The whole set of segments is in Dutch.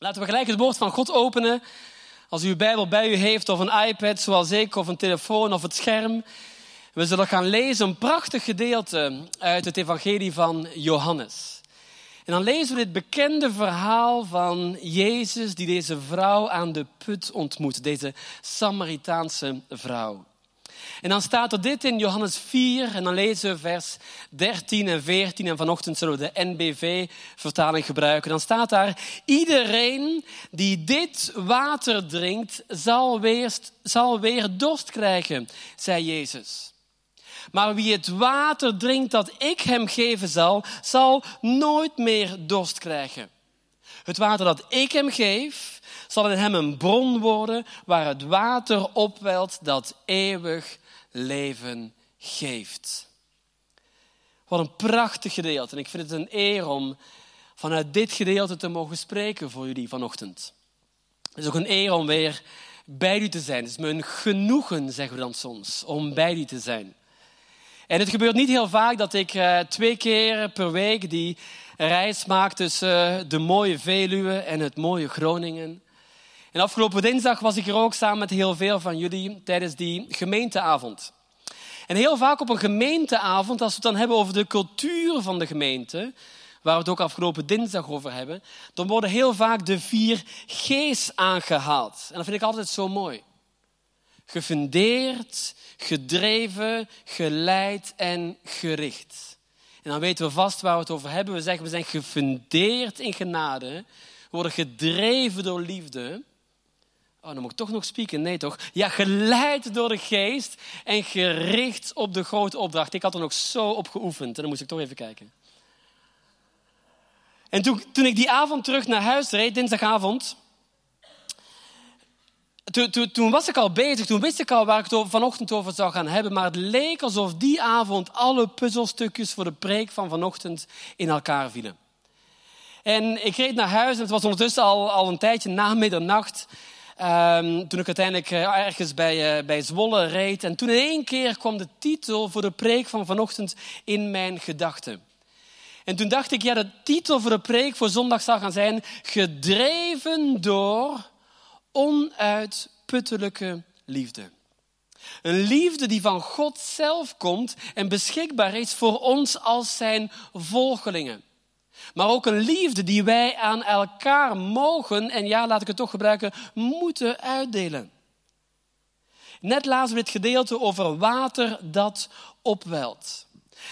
Laten we gelijk het woord van God openen. Als u uw Bijbel bij u heeft, of een iPad zoals ik, of een telefoon of het scherm. We zullen gaan lezen een prachtig gedeelte uit het evangelie van Johannes. En dan lezen we dit bekende verhaal van Jezus die deze vrouw aan de put ontmoet. Deze Samaritaanse vrouw. En dan staat er dit in Johannes 4 en dan lezen we vers 13 en 14. En vanochtend zullen we de NBV-vertaling gebruiken. Dan staat daar: iedereen die dit water drinkt zal weer dorst krijgen, zei Jezus. Maar wie het water drinkt dat ik hem geven zal nooit meer dorst krijgen. Het water dat ik hem geef, zal in hem een bron worden waar het water opwelt dat eeuwig leven geeft. Wat een prachtig gedeelte. En ik vind het een eer om vanuit dit gedeelte te mogen spreken voor jullie vanochtend. Het is ook een eer om weer bij u te zijn. Het is me een genoegen, zeggen we dan soms, om bij u te zijn. En het gebeurt niet heel vaak dat ik 2 keer per week die reis maak tussen de mooie Veluwe en het mooie Groningen. En afgelopen dinsdag was ik er ook samen met heel veel van jullie tijdens die gemeenteavond. En heel vaak op een gemeenteavond, als we het dan hebben over de cultuur van de gemeente, waar we het ook afgelopen dinsdag over hebben, dan worden heel vaak de 4 G's aangehaald. En dat vind ik altijd zo mooi. Gefundeerd, gedreven, geleid en gericht. En dan weten we vast waar we het over hebben. We zeggen, we zijn gefundeerd in genade. We worden gedreven door liefde. Oh, dan moet ik toch nog spreken. Nee, toch? Ja, geleid door de geest en gericht op de grote opdracht. Ik had er nog zo op geoefend en dan moest ik toch even kijken. En toen ik die avond terug naar huis reed, dinsdagavond, toen was ik al bezig, toen wist ik al waar ik het vanochtend over zou gaan hebben, maar het leek alsof die avond alle puzzelstukjes voor de preek van vanochtend in elkaar vielen. En ik reed naar huis en het was ondertussen al een tijdje na middernacht, toen ik uiteindelijk ergens bij Zwolle reed. En toen in één keer kwam de titel voor de preek van vanochtend in mijn gedachten. En toen dacht ik, ja, de titel voor de preek voor zondag zou gaan zijn: gedreven door onuitputtelijke liefde. Een liefde die van God zelf komt en beschikbaar is voor ons als zijn volgelingen. Maar ook een liefde die wij aan elkaar mogen, en ja, laat ik het toch gebruiken, moeten uitdelen. Net lazen we dit gedeelte over water dat opwelt.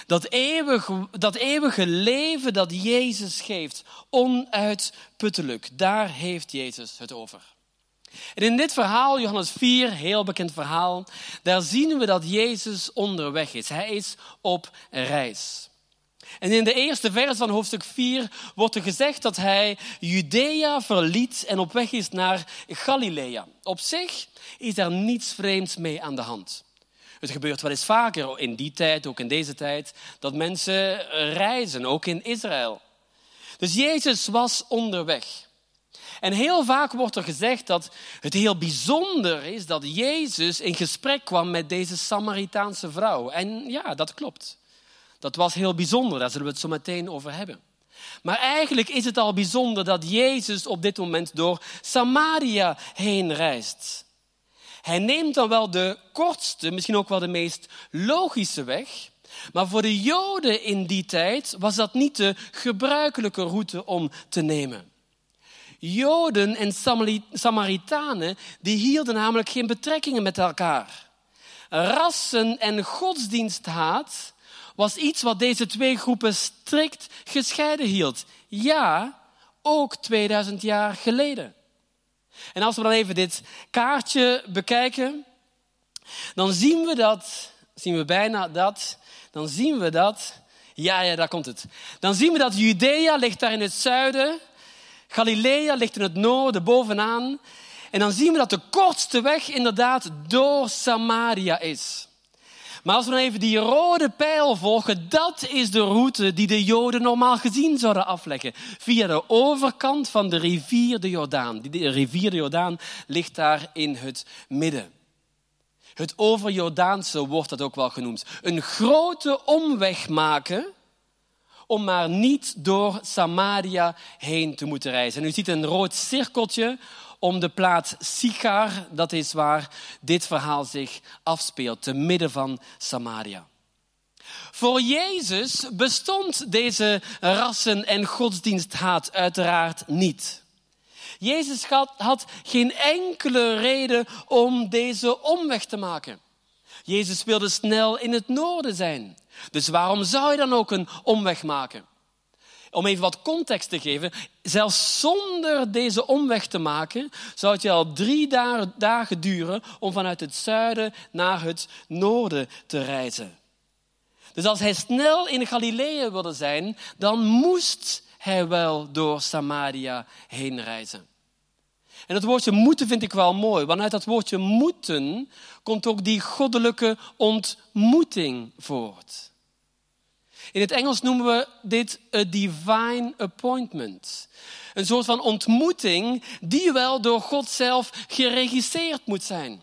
Dat eeuwige leven dat Jezus geeft, onuitputtelijk, daar heeft Jezus het over. En in dit verhaal, Johannes 4, heel bekend verhaal, daar zien we dat Jezus onderweg is. Hij is op reis. En in de eerste vers van hoofdstuk 4 wordt er gezegd dat hij Judea verliet en op weg is naar Galilea. Op zich is daar niets vreemds mee aan de hand. Het gebeurt wel eens vaker in die tijd, ook in deze tijd, dat mensen reizen, ook in Israël. Dus Jezus was onderweg. En heel vaak wordt er gezegd dat het heel bijzonder is dat Jezus in gesprek kwam met deze Samaritaanse vrouw. En ja, dat klopt. Dat was heel bijzonder, daar zullen we het zo meteen over hebben. Maar eigenlijk is het al bijzonder dat Jezus op dit moment door Samaria heen reist. Hij neemt dan wel de kortste, misschien ook wel de meest logische weg. Maar voor de Joden in die tijd was dat niet de gebruikelijke route om te nemen. Joden en Samaritanen die hielden namelijk geen betrekkingen met elkaar. Rassen- en godsdiensthaat was iets wat deze 2 groepen strikt gescheiden hield. Ja, ook 2000 jaar geleden. En als we dan even dit kaartje bekijken, dan zien we dat, ja, daar komt het. Dan zien we dat Judea ligt daar in het zuiden, Galilea ligt in het noorden bovenaan. En dan zien we dat de kortste weg inderdaad door Samaria is. Maar als we dan even die rode pijl volgen, dat is de route die de Joden normaal gezien zouden afleggen. Via de overkant van de rivier de Jordaan. De rivier de Jordaan ligt daar in het midden. Het overjordaanse wordt dat ook wel genoemd. Een grote omweg maken om maar niet door Samaria heen te moeten reizen. En u ziet een rood cirkeltje om de plaats Sychar. Dat is waar dit verhaal zich afspeelt, te midden van Samaria. Voor Jezus bestond deze rassen- en godsdiensthaat uiteraard niet. Jezus had geen enkele reden om deze omweg te maken. Jezus wilde snel in het noorden zijn. Dus waarom zou je dan ook een omweg maken? Om even wat context te geven, zelfs zonder deze omweg te maken, zou het je al 3 dagen duren om vanuit het zuiden naar het noorden te reizen. Dus als hij snel in Galilea wilde zijn, dan moest hij wel door Samaria heen reizen. En dat woordje moeten vind ik wel mooi, want uit dat woordje moeten komt ook die goddelijke ontmoeting voort. In het Engels noemen we dit a divine appointment. Een soort van ontmoeting die wel door God zelf geregisseerd moet zijn.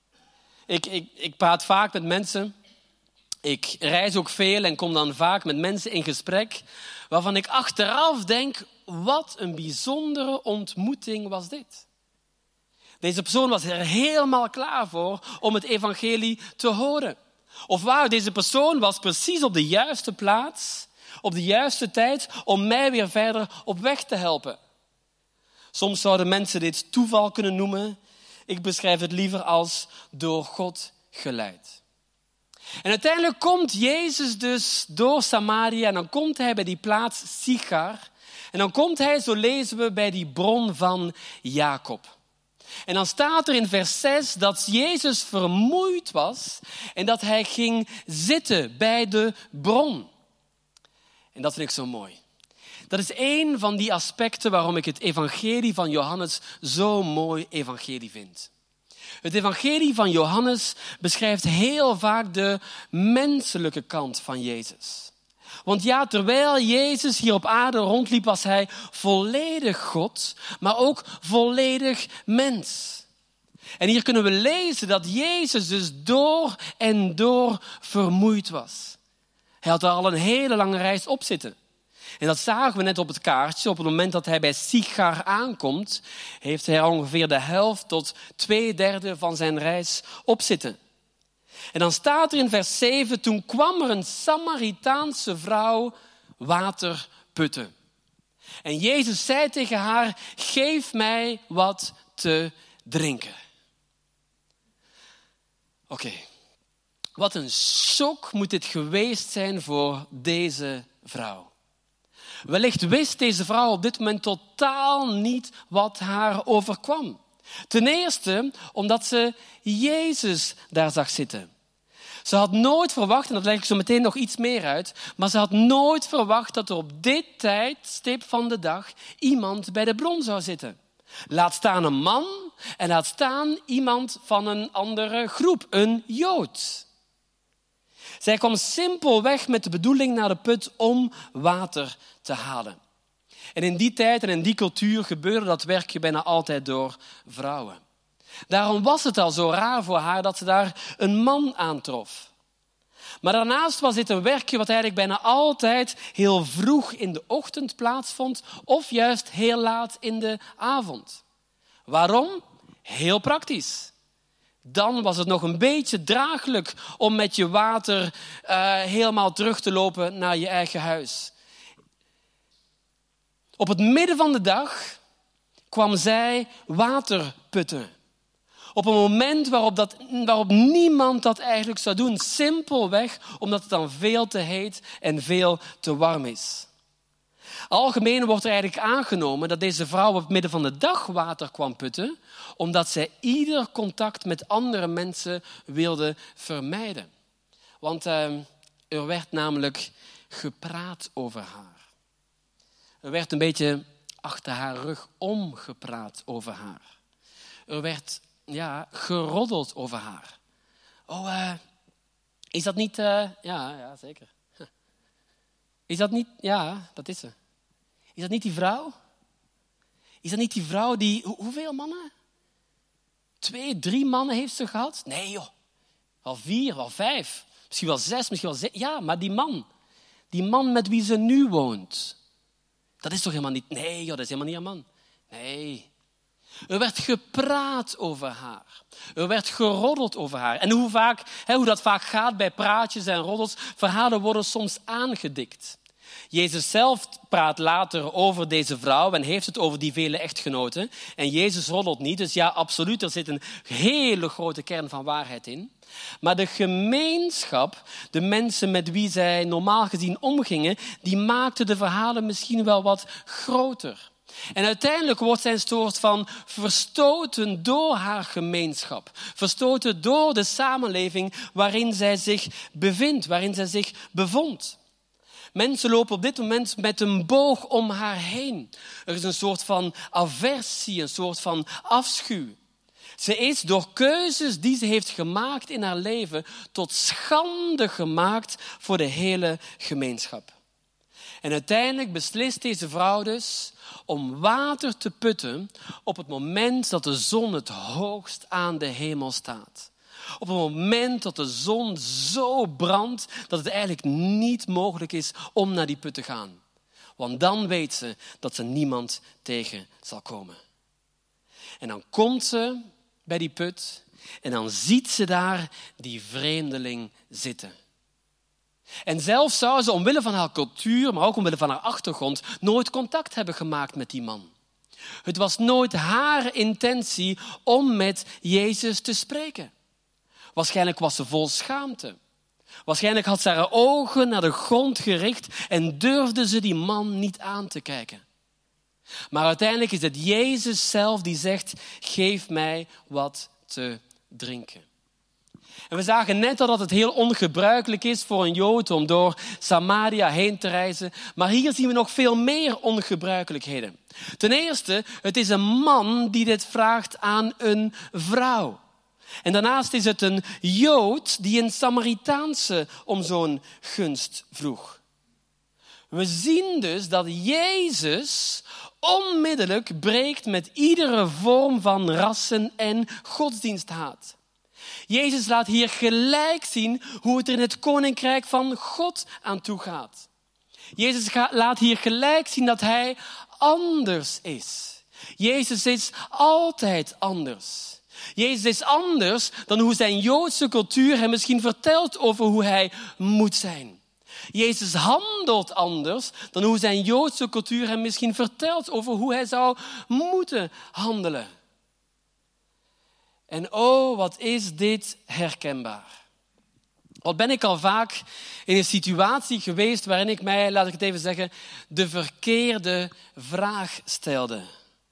Ik praat vaak met mensen. Ik reis ook veel en kom dan vaak met mensen in gesprek waarvan ik achteraf denk, wat een bijzondere ontmoeting was dit. Deze persoon was er helemaal klaar voor om het evangelie te horen. Of wauw, deze persoon was precies op de juiste plaats, op de juiste tijd, om mij weer verder op weg te helpen. Soms zouden mensen dit toeval kunnen noemen. Ik beschrijf het liever als door God geleid. En uiteindelijk komt Jezus dus door Samaria en dan komt hij bij die plaats Sychar. En dan komt hij, zo lezen we, bij die bron van Jacob. En dan staat er in vers 6 dat Jezus vermoeid was en dat hij ging zitten bij de bron. En dat vind ik zo mooi. Dat is één van die aspecten waarom ik het evangelie van Johannes zo'n mooi evangelie vind. Het evangelie van Johannes beschrijft heel vaak de menselijke kant van Jezus. Want ja, terwijl Jezus hier op aarde rondliep, was hij volledig God, maar ook volledig mens. En hier kunnen we lezen dat Jezus dus door en door vermoeid was. Hij had er al een hele lange reis op zitten. En dat zagen we net op het kaartje. Op het moment dat hij bij Sychar aankomt, heeft hij ongeveer de helft tot 2/3 van zijn reis op zitten. En dan staat er in vers 7, toen kwam er een Samaritaanse vrouw water putten. En Jezus zei tegen haar, geef mij wat te drinken. Oké, wat een shock moet dit geweest zijn voor deze vrouw. Wellicht wist deze vrouw op dit moment totaal niet wat haar overkwam. Ten eerste omdat ze Jezus daar zag zitten. Ze had nooit verwacht, en dat leg ik zo meteen nog iets meer uit, maar ze had nooit verwacht dat er op dit tijdstip van de dag iemand bij de bron zou zitten. Laat staan een man en laat staan iemand van een andere groep, een Jood. Zij kwam simpelweg met de bedoeling naar de put om water te halen. En in die tijd en in die cultuur gebeurde dat werkje bijna altijd door vrouwen. Daarom was het al zo raar voor haar dat ze daar een man aantrof. Maar daarnaast was dit een werkje wat eigenlijk bijna altijd heel vroeg in de ochtend plaatsvond of juist heel laat in de avond. Waarom? Heel praktisch. Dan was het nog een beetje draaglijk om met je water helemaal terug te lopen naar je eigen huis. Op het midden van de dag kwam zij water putten. Op een moment waarop niemand dat eigenlijk zou doen. Simpelweg omdat het dan veel te heet en veel te warm is. Algemeen wordt er eigenlijk aangenomen dat deze vrouw op het midden van de dag water kwam putten, omdat zij ieder contact met andere mensen wilde vermijden. Want er werd namelijk gepraat over haar. Er werd een beetje achter haar rug omgepraat over haar. Er werd geroddeld over haar. Oh, is dat niet... Ja, zeker. Is dat niet... Ja, dat is ze. Is dat niet die vrouw? Is dat niet die vrouw die... Hoeveel mannen? 2, 3 mannen heeft ze gehad? Nee joh. Wel 4, wel 5. Misschien wel 6, misschien wel 7. Ja, maar die man. Die man met wie ze nu woont. Dat is toch helemaal niet... Nee, joh, dat is helemaal niet haar man. Nee. Er werd gepraat over haar. Er werd geroddeld over haar. En hoe dat vaak gaat bij praatjes en roddels, verhalen worden soms aangedikt. Jezus zelf praat later over deze vrouw en heeft het over die vele echtgenoten. En Jezus roddelt niet, dus ja, absoluut, er zit een hele grote kern van waarheid in. Maar de gemeenschap, de mensen met wie zij normaal gezien omgingen, die maakten de verhalen misschien wel wat groter. En uiteindelijk wordt zij een soort van verstoten door haar gemeenschap. Verstoten door de samenleving waarin zij zich bevindt, waarin zij zich bevond. Mensen lopen op dit moment met een boog om haar heen. Er is een soort van aversie, een soort van afschuw. Ze is door keuzes die ze heeft gemaakt in haar leven tot schande gemaakt voor de hele gemeenschap. En uiteindelijk beslist deze vrouw dus om water te putten op het moment dat de zon het hoogst aan de hemel staat. Op het moment dat de zon zo brandt dat het eigenlijk niet mogelijk is om naar die put te gaan. Want dan weet ze dat ze niemand tegen zal komen. En dan komt ze bij die put en dan ziet ze daar die vreemdeling zitten. En zelf zou ze omwille van haar cultuur, maar ook omwille van haar achtergrond, nooit contact hebben gemaakt met die man. Het was nooit haar intentie om met Jezus te spreken. Waarschijnlijk was ze vol schaamte. Waarschijnlijk had ze haar ogen naar de grond gericht en durfde ze die man niet aan te kijken. Maar uiteindelijk is het Jezus zelf die zegt, geef mij wat te drinken. En we zagen net al dat het heel ongebruikelijk is voor een Jood om door Samaria heen te reizen. Maar hier zien we nog veel meer ongebruikelijkheden. Ten eerste, het is een man die dit vraagt aan een vrouw. En daarnaast is het een Jood die een Samaritaanse om zo'n gunst vroeg. We zien dus dat Jezus onmiddellijk breekt met iedere vorm van rassen- en godsdiensthaat. Jezus laat hier gelijk zien hoe het er in het koninkrijk van God aan toe gaat. Jezus laat hier gelijk zien dat hij anders is. Jezus is altijd anders. Jezus is anders dan hoe zijn Joodse cultuur hem misschien vertelt over hoe hij moet zijn. Jezus handelt anders dan hoe zijn Joodse cultuur hem misschien vertelt over hoe hij zou moeten handelen. En oh, wat is dit herkenbaar. Wat ben ik al vaak in een situatie geweest waarin ik mij, laat ik het even zeggen, de verkeerde vraag stelde.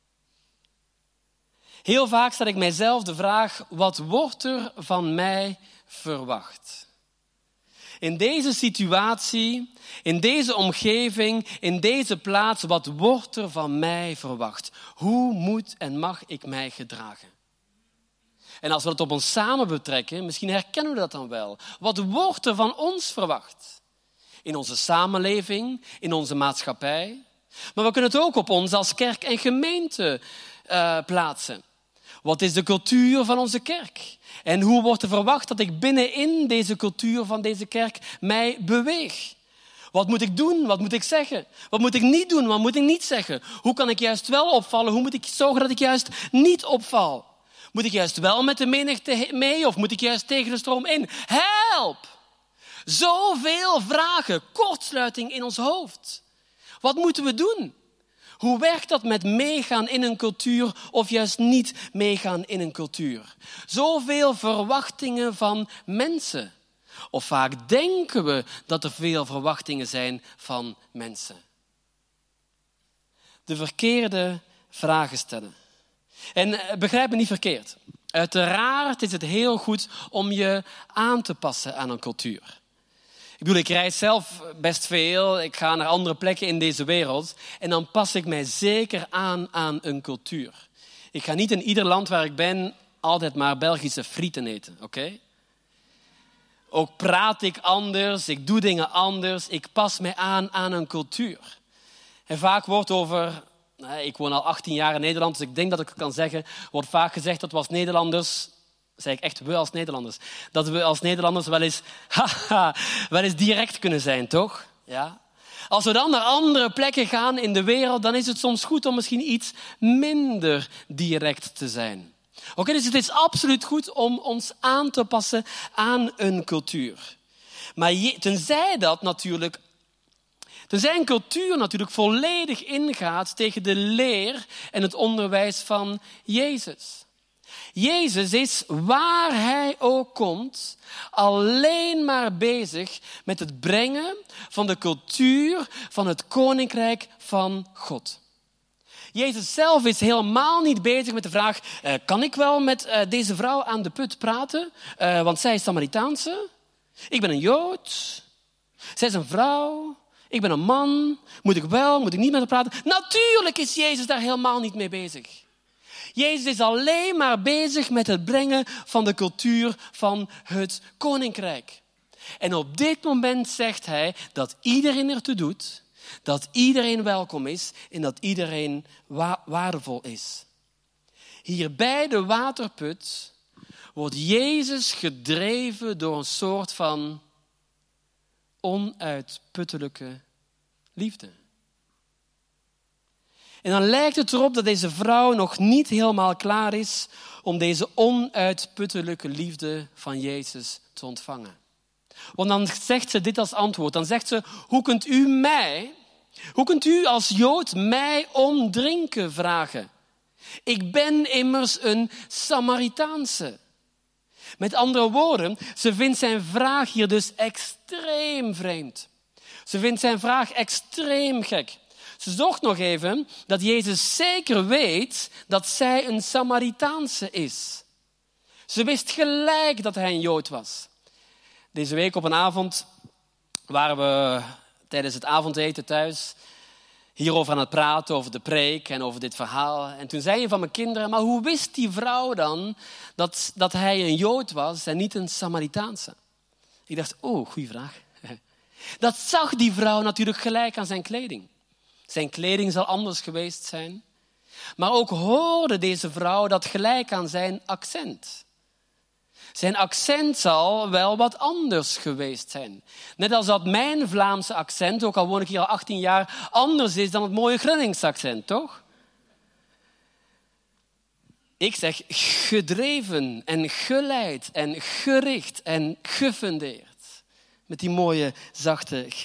Heel vaak stel ik mijzelf de vraag, wat wordt er van mij verwacht? In deze situatie, in deze omgeving, in deze plaats, wat wordt er van mij verwacht? Hoe moet en mag ik mij gedragen? En als we het op ons samen betrekken, misschien herkennen we dat dan wel. Wat wordt er van ons verwacht? In onze samenleving, in onze maatschappij. Maar we kunnen het ook op ons als kerk en gemeente plaatsen. Wat is de cultuur van onze kerk? En hoe wordt er verwacht dat ik binnenin deze cultuur van deze kerk mij beweeg? Wat moet ik doen? Wat moet ik zeggen? Wat moet ik niet doen? Wat moet ik niet zeggen? Hoe kan ik juist wel opvallen? Hoe moet ik zorgen dat ik juist niet opval? Moet ik juist wel met de menigte mee of moet ik juist tegen de stroom in? Help! Zoveel vragen, kortsluiting in ons hoofd. Wat moeten we doen? Hoe werkt dat met meegaan in een cultuur of juist niet meegaan in een cultuur? Zoveel verwachtingen van mensen. Of vaak denken we dat er veel verwachtingen zijn van mensen. De verkeerde vragen stellen. En begrijp me niet verkeerd. Uiteraard is het heel goed om je aan te passen aan een cultuur. Ik bedoel, ik reis zelf best veel. Ik ga naar andere plekken in deze wereld. En dan pas ik mij zeker aan een cultuur. Ik ga niet in ieder land waar ik ben altijd maar Belgische frieten eten, oké? Ook praat ik anders, ik doe dingen anders. Ik pas mij aan een cultuur. En vaak wordt over... Ik woon al 18 jaar in Nederland, dus ik denk dat ik het kan zeggen. Wordt vaak gezegd dat we als Nederlanders... zeg ik echt we als Nederlanders. Dat we als Nederlanders wel eens direct kunnen zijn, toch? Ja? Als we dan naar andere plekken gaan in de wereld, dan is het soms goed om misschien iets minder direct te zijn. Oké, dus het is absoluut goed om ons aan te passen aan een cultuur. Maar tenzij een cultuur natuurlijk volledig ingaat tegen de leer en het onderwijs van Jezus. Jezus is, waar hij ook komt, alleen maar bezig met het brengen van de cultuur van het koninkrijk van God. Jezus zelf is helemaal niet bezig met de vraag, kan ik wel met deze vrouw aan de put praten? Want zij is Samaritaanse. Ik ben een Jood. Zij is een vrouw. Ik ben een man. Moet ik wel, moet ik niet met haar praten? Natuurlijk is Jezus daar helemaal niet mee bezig. Jezus is alleen maar bezig met het brengen van de cultuur van het koninkrijk. En op dit moment zegt hij dat iedereen ertoe doet, dat iedereen welkom is en dat iedereen waardevol is. Hier bij de waterput wordt Jezus gedreven door een soort van onuitputtelijke liefde. En dan lijkt het erop dat deze vrouw nog niet helemaal klaar is om deze onuitputtelijke liefde van Jezus te ontvangen. Want dan zegt ze dit als antwoord. Dan zegt ze, hoe kunt u als Jood mij om drinken vragen? Ik ben immers een Samaritaanse. Met andere woorden, ze vindt zijn vraag hier dus extreem vreemd. Ze vindt zijn vraag extreem gek. Ze zocht nog even dat Jezus zeker weet dat zij een Samaritaanse is. Ze wist gelijk dat hij een Jood was. Deze week op een avond waren we tijdens het avondeten thuis hierover aan het praten, over de preek en over dit verhaal. En toen zei een van mijn kinderen, maar hoe wist die vrouw dan dat hij een Jood was en niet een Samaritaanse? Ik dacht, goeie vraag. Dat zag die vrouw natuurlijk gelijk aan zijn kleding. Zijn kleding zal anders geweest zijn. Maar ook hoorde deze vrouw dat gelijk aan zijn accent. Zijn accent zal wel wat anders geweest zijn. Net als dat mijn Vlaamse accent, ook al woon ik hier al 18 jaar, anders is dan het mooie Gronings accent, toch? Ik zeg gedreven en geleid en gericht en gefundeerd. Met die mooie zachte G.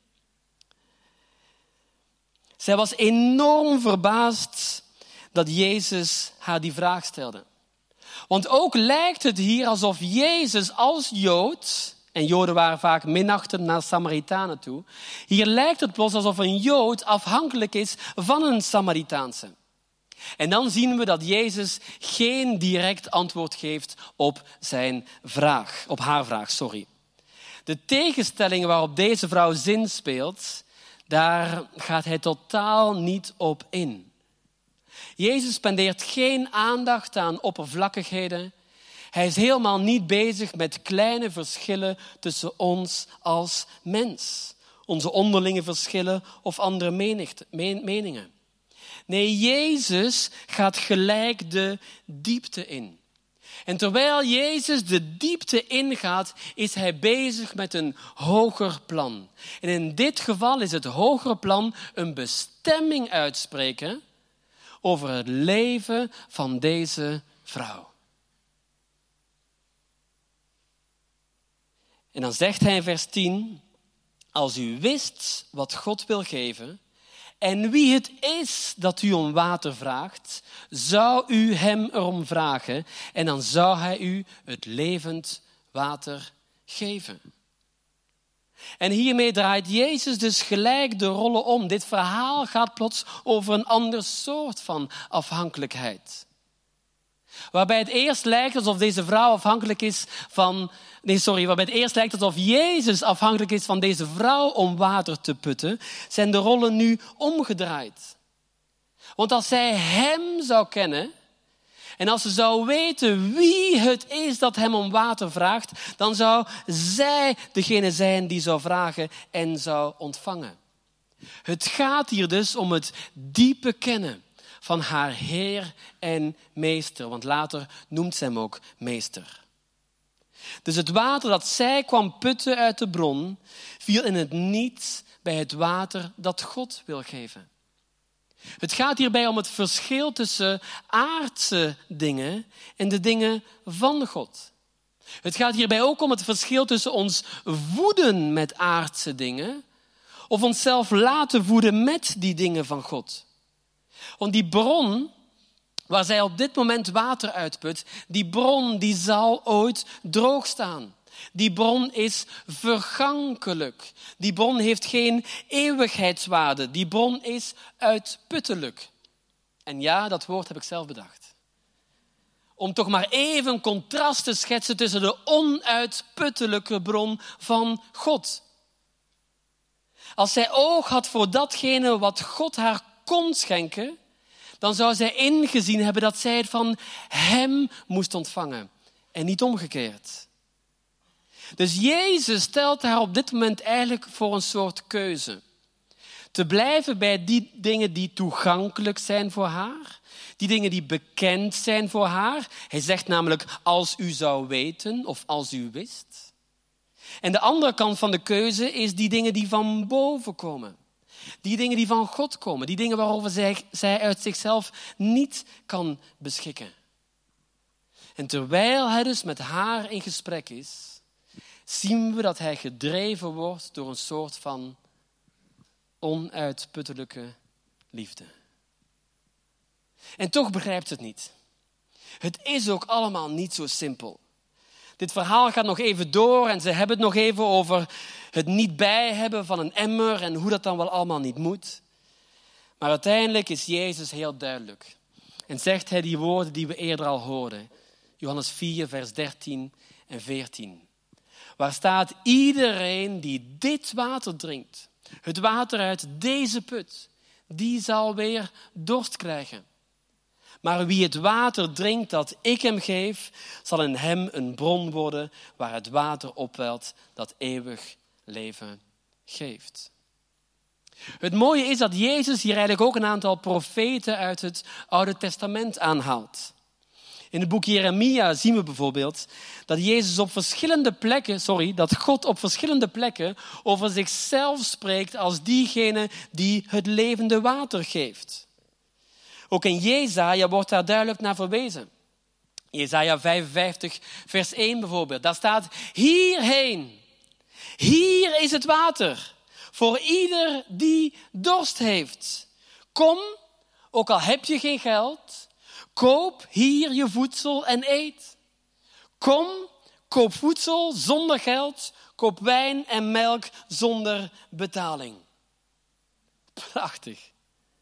Zij was enorm verbaasd dat Jezus haar die vraag stelde. Want ook lijkt het hier alsof Jezus als Jood, en Joden waren vaak minachtend naar Samaritanen toe, hier lijkt het plots alsof een Jood afhankelijk is van een Samaritaanse. En dan zien we dat Jezus geen direct antwoord geeft op haar vraag. De tegenstelling waarop deze vrouw zinspeelt, daar gaat hij totaal niet op in. Jezus spendeert geen aandacht aan oppervlakkigheden. Hij is helemaal niet bezig met kleine verschillen tussen ons als mens. Onze onderlinge verschillen of andere meningen. Nee, Jezus gaat gelijk de diepte in. En terwijl Jezus de diepte ingaat, is hij bezig met een hoger plan. En in dit geval is het hogere plan een bestemming uitspreken over het leven van deze vrouw. En dan zegt hij in vers 10, als u wist wat God wil geven en wie het is dat u om water vraagt, zou u hem erom vragen en dan zou hij u het levend water geven. En hiermee draait Jezus dus gelijk de rollen om. Dit verhaal gaat plots over een ander soort van afhankelijkheid. Waarbij het eerst lijkt alsof deze vrouw afhankelijk is waarbij het eerst lijkt alsof Jezus afhankelijk is van deze vrouw om water te putten, zijn de rollen nu omgedraaid. Want als zij hem zou kennen en als ze zou weten wie het is dat hem om water vraagt, dan zou zij degene zijn die zou vragen en zou ontvangen. Het gaat hier dus om het diepe kennen van haar Heer en Meester, want later noemt ze hem ook Meester. Dus het water dat zij kwam putten uit de bron, viel in het niet bij het water dat God wil geven. Het gaat hierbij om het verschil tussen aardse dingen en de dingen van God. Het gaat hierbij ook om het verschil tussen ons voeden met aardse dingen of onszelf laten voeden met die dingen van God. Want die bron waar zij op dit moment water uitput, die bron die zal ooit droog staan. Die bron is vergankelijk. Die bron heeft geen eeuwigheidswaarde. Die bron is uitputtelijk. En ja, dat woord heb ik zelf bedacht. Om toch maar even een contrast te schetsen tussen de onuitputtelijke bron van God. Als zij oog had voor datgene wat God haar kon schenken, dan zou zij ingezien hebben dat zij het van hem moest ontvangen en niet omgekeerd. Dus Jezus stelt haar op dit moment eigenlijk voor een soort keuze. Te blijven bij die dingen die toegankelijk zijn voor haar, die dingen die bekend zijn voor haar. Hij zegt namelijk, als u zou weten of als u wist. En de andere kant van de keuze is die dingen die van boven komen. Die dingen die van God komen. Die dingen waarover zij uit zichzelf niet kan beschikken. En terwijl hij dus met haar in gesprek is, zien we dat hij gedreven wordt door een soort van onuitputtelijke liefde. En toch begrijpt ze het niet. Het is ook allemaal niet zo simpel. Dit verhaal gaat nog even door en ze hebben het nog even over het niet bij hebben van een emmer en hoe dat dan wel allemaal niet moet. Maar uiteindelijk is Jezus heel duidelijk. En zegt hij die woorden die we eerder al hoorden. Johannes 4, vers 13 en 14. Waar staat, iedereen die dit water drinkt, het water uit deze put, die zal weer dorst krijgen. Maar wie het water drinkt dat ik hem geef, zal in hem een bron worden waar het water opwelt dat eeuwig leven geeft. Het mooie is dat Jezus hier eigenlijk ook een aantal profeten uit het Oude Testament aanhaalt. In het boek Jeremia zien we bijvoorbeeld dat dat God op verschillende plekken over zichzelf spreekt als diegene die het levende water geeft. Ook in Jesaja wordt daar duidelijk naar verwezen. Jesaja 55, vers 1 bijvoorbeeld. Daar staat, hierheen, hier is het water, voor ieder die dorst heeft. Kom, ook al heb je geen geld, koop hier je voedsel en eet. Kom, koop voedsel zonder geld, koop wijn en melk zonder betaling. Prachtig.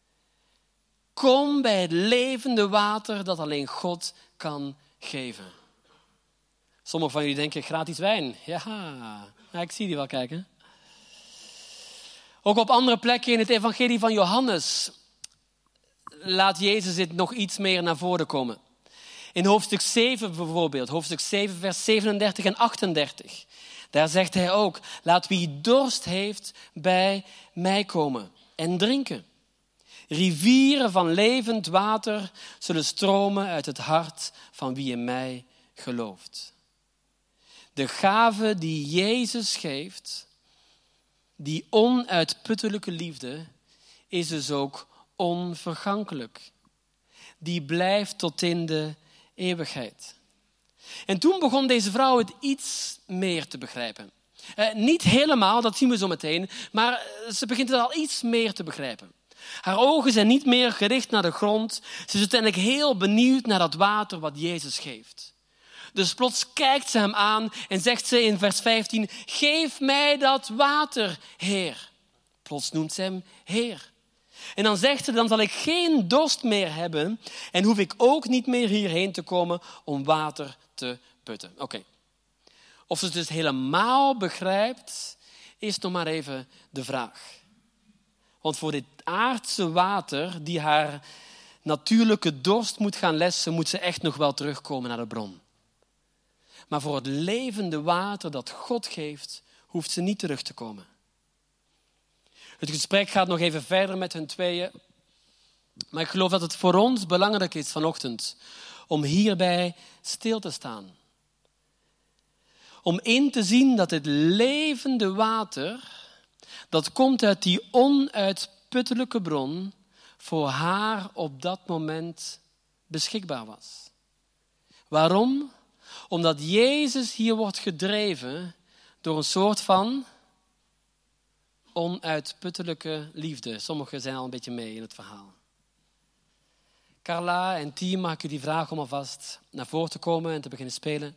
Kom bij het levende water dat alleen God kan geven. Sommigen van jullie denken, gratis wijn. Ja, ik zie die wel kijken. Ook op andere plekken in het evangelie van Johannes laat Jezus dit nog iets meer naar voren komen. In hoofdstuk 7 bijvoorbeeld, hoofdstuk 7 vers 37 en 38. Daar zegt hij ook, laat wie dorst heeft bij mij komen en drinken. Rivieren van levend water zullen stromen uit het hart van wie in mij gelooft. De gave die Jezus geeft, die onuitputtelijke liefde, is dus ook onvergankelijk. Die blijft tot in de eeuwigheid. En toen begon deze vrouw het iets meer te begrijpen. Niet helemaal, dat zien we zo meteen, maar ze begint het al iets meer te begrijpen. Haar ogen zijn niet meer gericht naar de grond. Ze is uiteindelijk heel benieuwd naar dat water wat Jezus geeft. Dus plots kijkt ze hem aan en zegt ze in vers 15, geef mij dat water, Heer. Plots noemt ze hem Heer. En dan zegt ze, dan zal ik geen dorst meer hebben en hoef ik ook niet meer hierheen te komen om water te putten. Oké. Of ze het dus helemaal begrijpt, is nog maar even de vraag. Want voor dit aardse water, die haar natuurlijke dorst moet gaan lessen, moet ze echt nog wel terugkomen naar de bron. Maar voor het levende water dat God geeft, hoeft ze niet terug te komen. Het gesprek gaat nog even verder met hun tweeën. Maar ik geloof dat het voor ons belangrijk is vanochtend om hierbij stil te staan. Om in te zien dat het levende water dat komt uit die onuitputtelijke bron voor haar op dat moment beschikbaar was. Waarom? Omdat Jezus hier wordt gedreven door een soort van onuitputtelijke liefde. Sommigen zijn al een beetje mee in het verhaal. Carla en team, mag ik jullie vragen om alvast naar voren te komen en te beginnen spelen.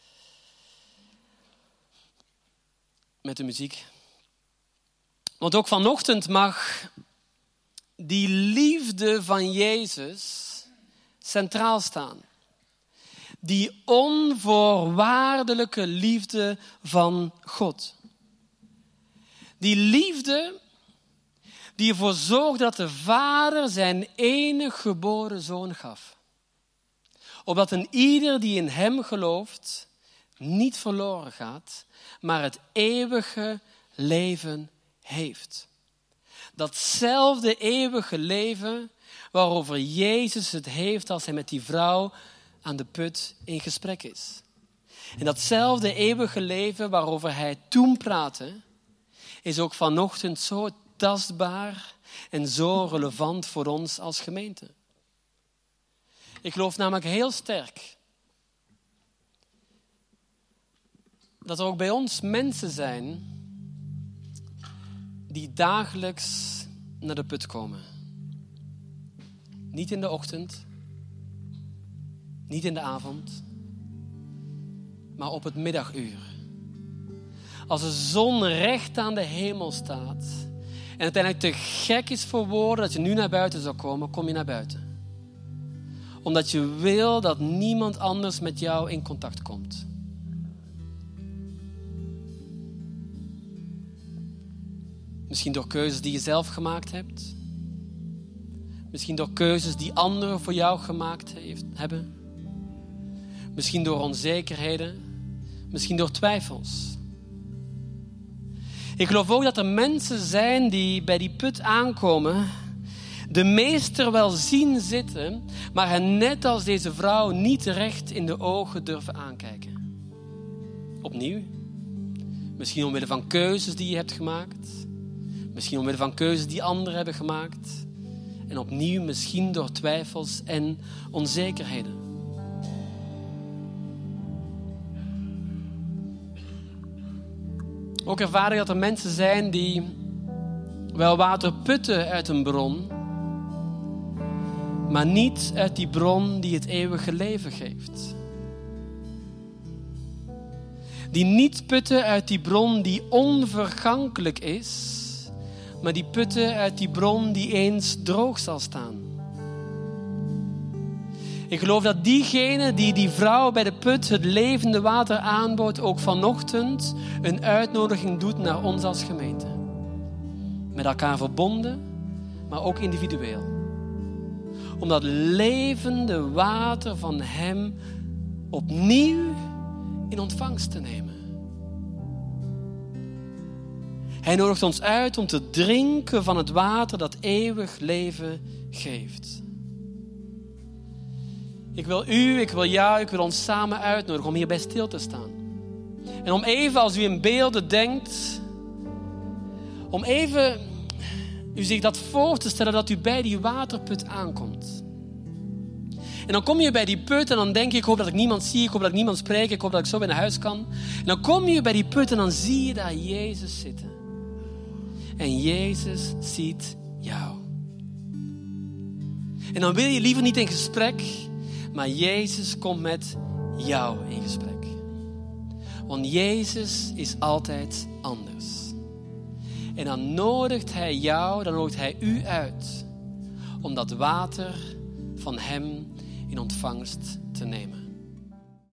Met de muziek. Want ook vanochtend mag die liefde van Jezus centraal staan. Die onvoorwaardelijke liefde van God. Die liefde die ervoor zorgde dat de Vader zijn enige geboren zoon gaf. Opdat een ieder die in hem gelooft niet verloren gaat, maar het eeuwige leven heeft. Datzelfde eeuwige leven waarover Jezus het heeft als hij met die vrouw aan de put in gesprek is. En datzelfde eeuwige leven waarover hij toen praatte, is ook vanochtend zo tastbaar en zo relevant voor ons als gemeente. Ik geloof namelijk heel sterk dat er ook bij ons mensen zijn die dagelijks naar de put komen. Niet in de ochtend, niet in de avond, maar op het middaguur. Als de zon recht aan de hemel staat en uiteindelijk te gek is voor woorden dat je nu naar buiten zou komen, kom je naar buiten. Omdat je wil dat niemand anders met jou in contact komt. Misschien door keuzes die je zelf gemaakt hebt. Misschien door keuzes die anderen voor jou gemaakt hebben. Misschien door onzekerheden. Misschien door twijfels. Ik geloof ook dat er mensen zijn die bij die put aankomen, de meester wel zien zitten, maar hen net als deze vrouw niet recht in de ogen durven aankijken. Opnieuw. Misschien omwille van keuzes die je hebt gemaakt. Misschien omwille van keuzes die anderen hebben gemaakt. En opnieuw misschien door twijfels en onzekerheden. Ook ervaar ik dat er mensen zijn die wel water putten uit een bron, maar niet uit die bron die het eeuwige leven geeft. Die niet putten uit die bron die onvergankelijk is, maar die putten uit die bron die eens droog zal staan. Ik geloof dat diegene die die vrouw bij de put het levende water aanbood, ook vanochtend een uitnodiging doet naar ons als gemeente. Met elkaar verbonden, maar ook individueel. Om dat levende water van hem opnieuw in ontvangst te nemen. Hij nodigt ons uit om te drinken van het water dat eeuwig leven geeft. Ik wil u, ik wil jou, ik wil ons samen uitnodigen om hierbij stil te staan. En om even, als u in beelden denkt, om even u zich dat voor te stellen dat u bij die waterput aankomt. En dan kom je bij die put en dan denk je, ik hoop dat ik niemand zie, ik hoop dat ik niemand spreek, ik hoop dat ik zo weer naar huis kan. En dan kom je bij die put en dan zie je daar Jezus zitten. En Jezus ziet jou. En dan wil je liever niet in gesprek, maar Jezus komt met jou in gesprek. Want Jezus is altijd anders. En dan nodigt hij jou, dan nodigt hij u uit om dat water van hem in ontvangst te nemen.